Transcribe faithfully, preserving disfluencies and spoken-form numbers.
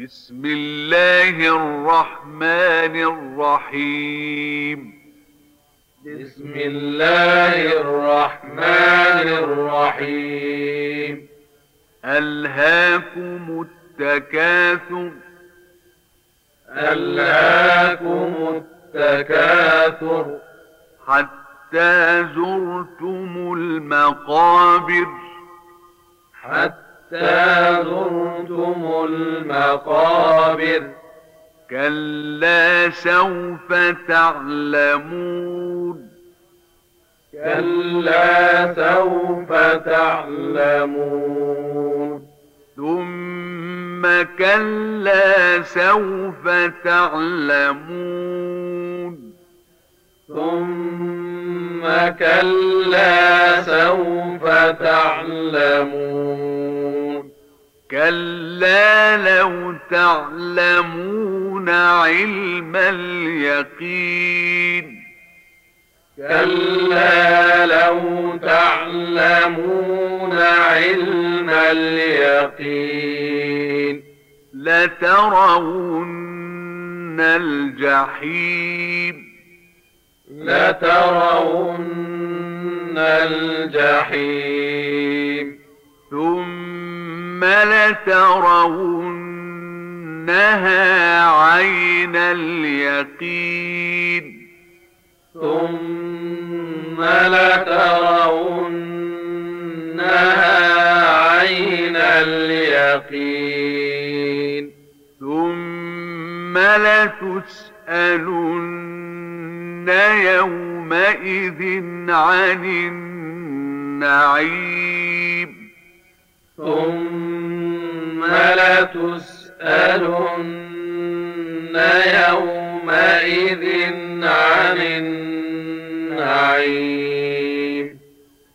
بسم الله الرحمن الرحيم. بسم الله الرحمن الرحيم. ألهاكم التكاثر ألهاكم التكاثر حتى زرتم المقابر حتى زرتم المقابر كلا سوف تعلمون كلا سوف تعلمون ثم كلا سوف تعلمون ثم كلا سوف تعلمون كلا لو تعلمون علم اليقين كلا لو تعلمون علم اليقين لترون الجحيم لترون الجحيم ثم لترونها عين اليقين ثم لترونها عين اليقين ثم لتسألن يومئذ عن النعيم ثم لتسألن يومئذ عن النعيم